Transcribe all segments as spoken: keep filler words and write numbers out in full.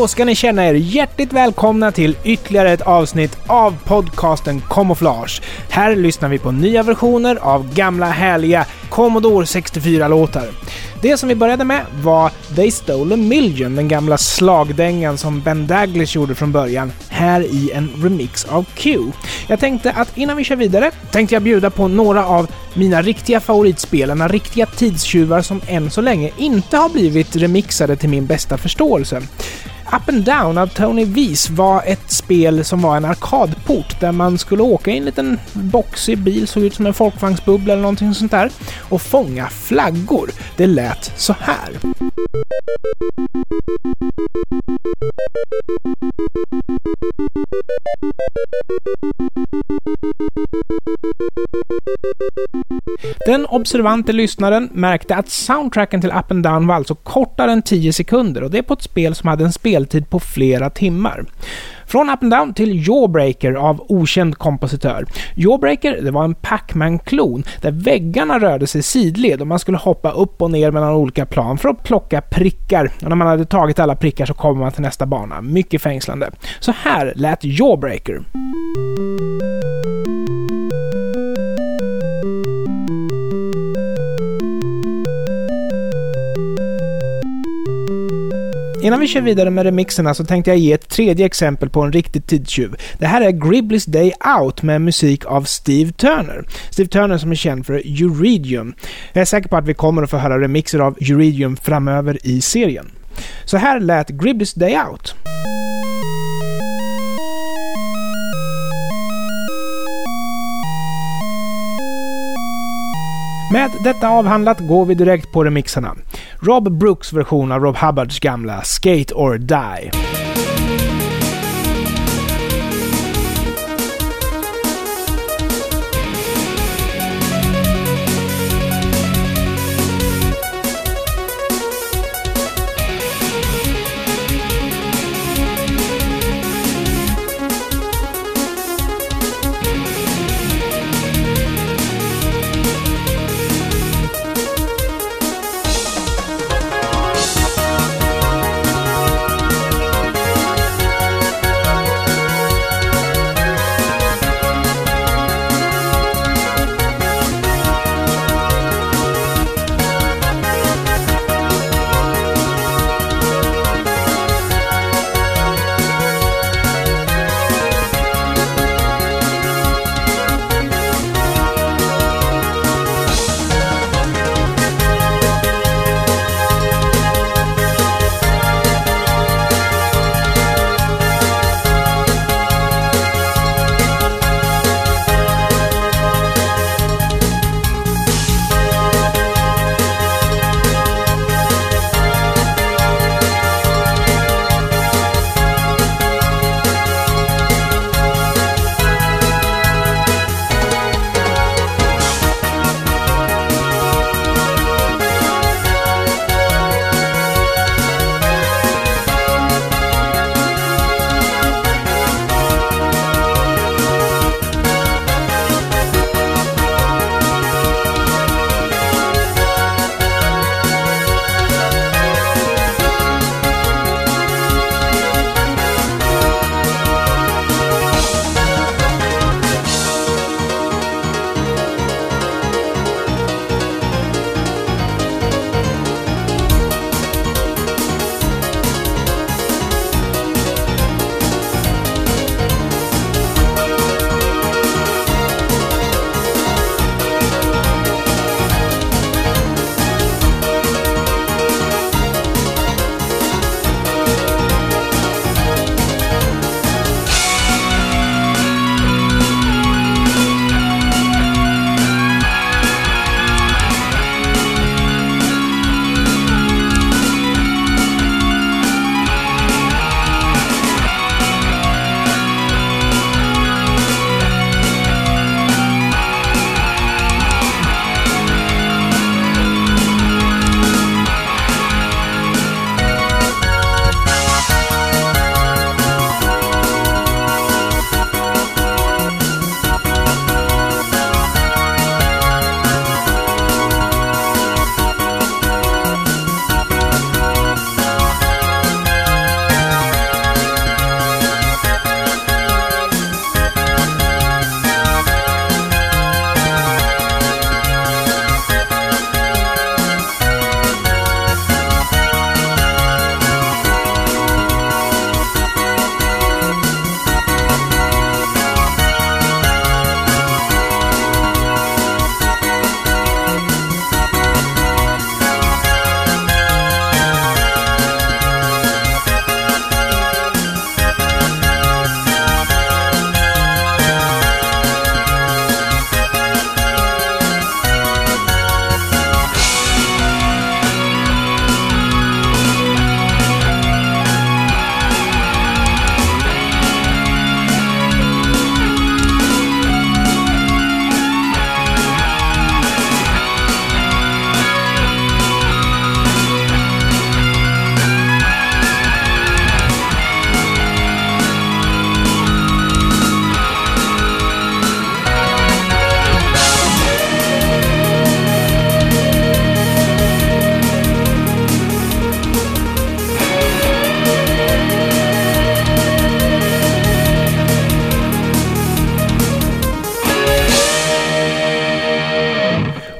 Då ska ni känna er hjärtligt välkomna till ytterligare ett avsnitt av podcasten Camouflage. Här lyssnar vi på nya versioner av gamla härliga Commodore sextiofyra-låtar. Det som vi började med var They Stole a Million, den gamla slagdängan som Ben Daglish gjorde från början, här i en remix av Q. Jag tänkte att innan vi kör vidare tänkte jag bjuda på några av mina riktiga favoritspel, några riktiga tidstjuvar som än så länge inte har blivit remixade till min bästa förståelse. Up and Down av Tony Wies var ett spel som var en arkadport där man skulle åka i en liten boxig bil, såg ut som en folkvagnsbubbla eller någonting sånt där, och fånga flaggor. Det lät så här. Den observante lyssnaren märkte att soundtracken till Up and Down var alltså kortare än tio sekunder, och det är på ett spel som hade en speltid på flera timmar. Från Up and Down till Jawbreaker av okänd kompositör. Jawbreaker, det var en Pac-Man-klon där väggarna rörde sig sidled och man skulle hoppa upp och ner mellan olika plan för att plocka prickar. Och när man hade tagit alla prickar så kommer man till nästa bana. Mycket fängslande. Så här lät Jawbreaker. Innan vi kör vidare med remixerna så tänkte jag ge ett tredje exempel på en riktig tidstjuv. Det här är Gribbly's Day Out med musik av Steve Turner. Steve Turner som är känd för Uridium. Jag är säker på att vi kommer att få höra remixer av Uridium framöver i serien. Så här lät Gribbly's Day Out. Med detta avhandlat går vi direkt på remixerna. Rob Brooks version av Rob Hubbards gamla Skate or Die.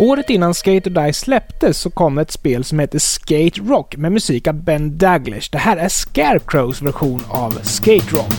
Året innan Skate or Die släpptes så kom ett spel som heter Skate Rock med musik av Ben Daglish. Det här är Scarecrows version av Skate Rock.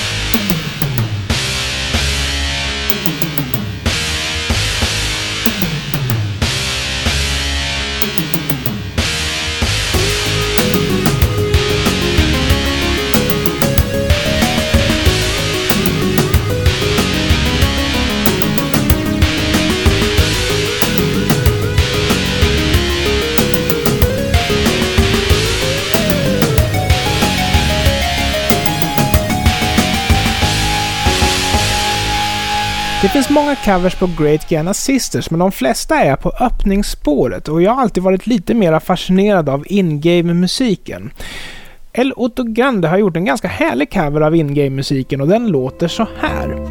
Det finns många covers på Great Giana Sisters, men de flesta är på öppningsspåret och jag har alltid varit lite mer fascinerad av in-game-musiken. El Otto Grande har gjort en ganska härlig cover av in-game-musiken och den låter så här.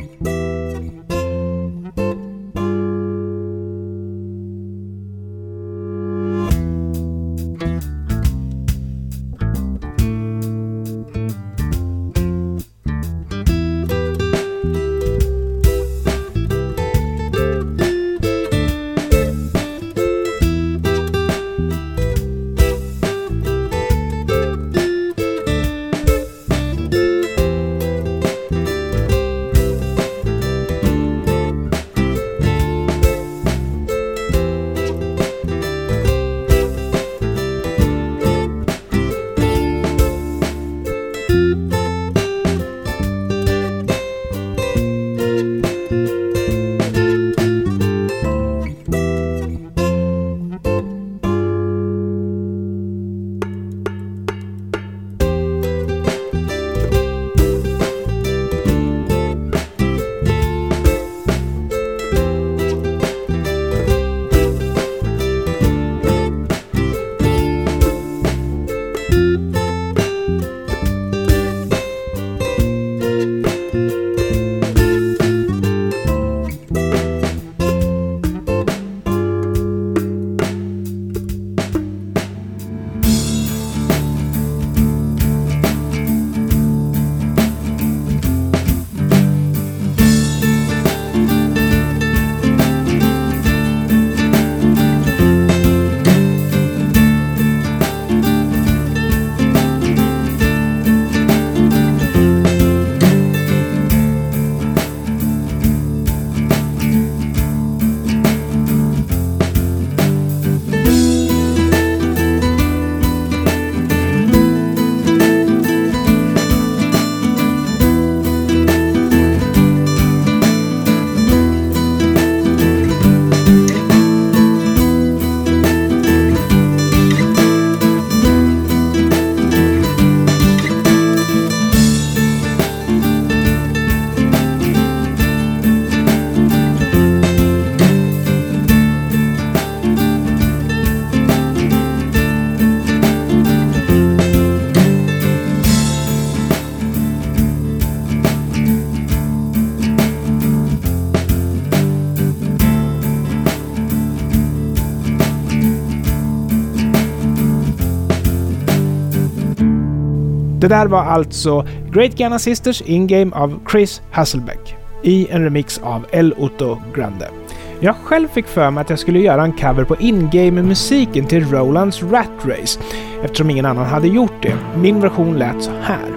Det där var alltså Great Giana Sisters in-game av Chris Hasselbeck i en remix av El Otto Grande. Jag själv fick för mig att jag skulle göra en cover på in-game-musiken till Rolands Rat Race eftersom ingen annan hade gjort det. Min version lät så här.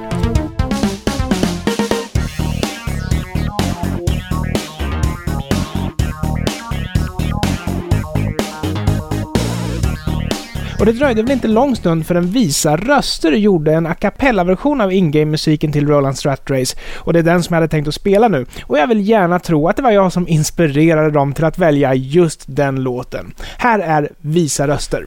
Och det dröjde väl inte lång stund för en Visa Röster gjorde en a cappella-version av in-game-musiken till Rolands Rat Race. Och det är den som jag hade tänkt att spela nu. Och jag vill gärna tro att det var jag som inspirerade dem till att välja just den låten. Här är Visa Röster.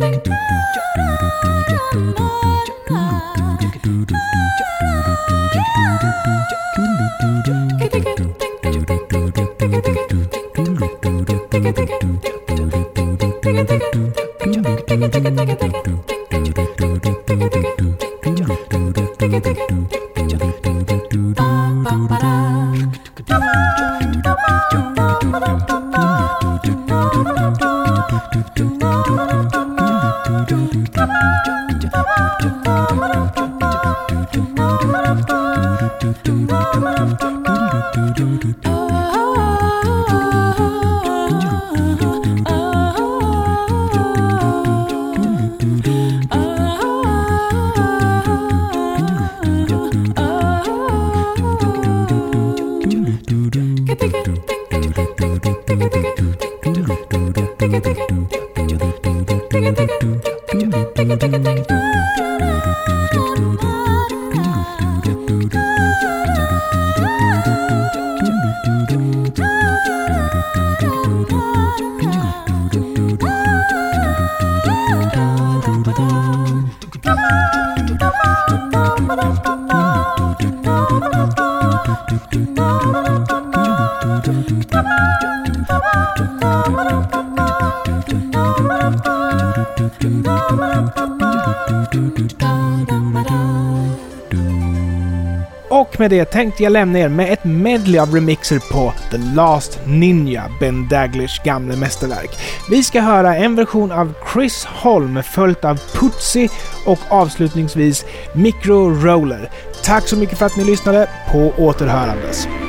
Och med det tänkte jag lämna er med ett medley av remixer på The Last Ninja, Ben Daglish gamla mästerverk. Vi ska höra en version av Chris Holm följt av Putzi och avslutningsvis Micro Roller. Tack så mycket för att ni lyssnade. På återhörandes.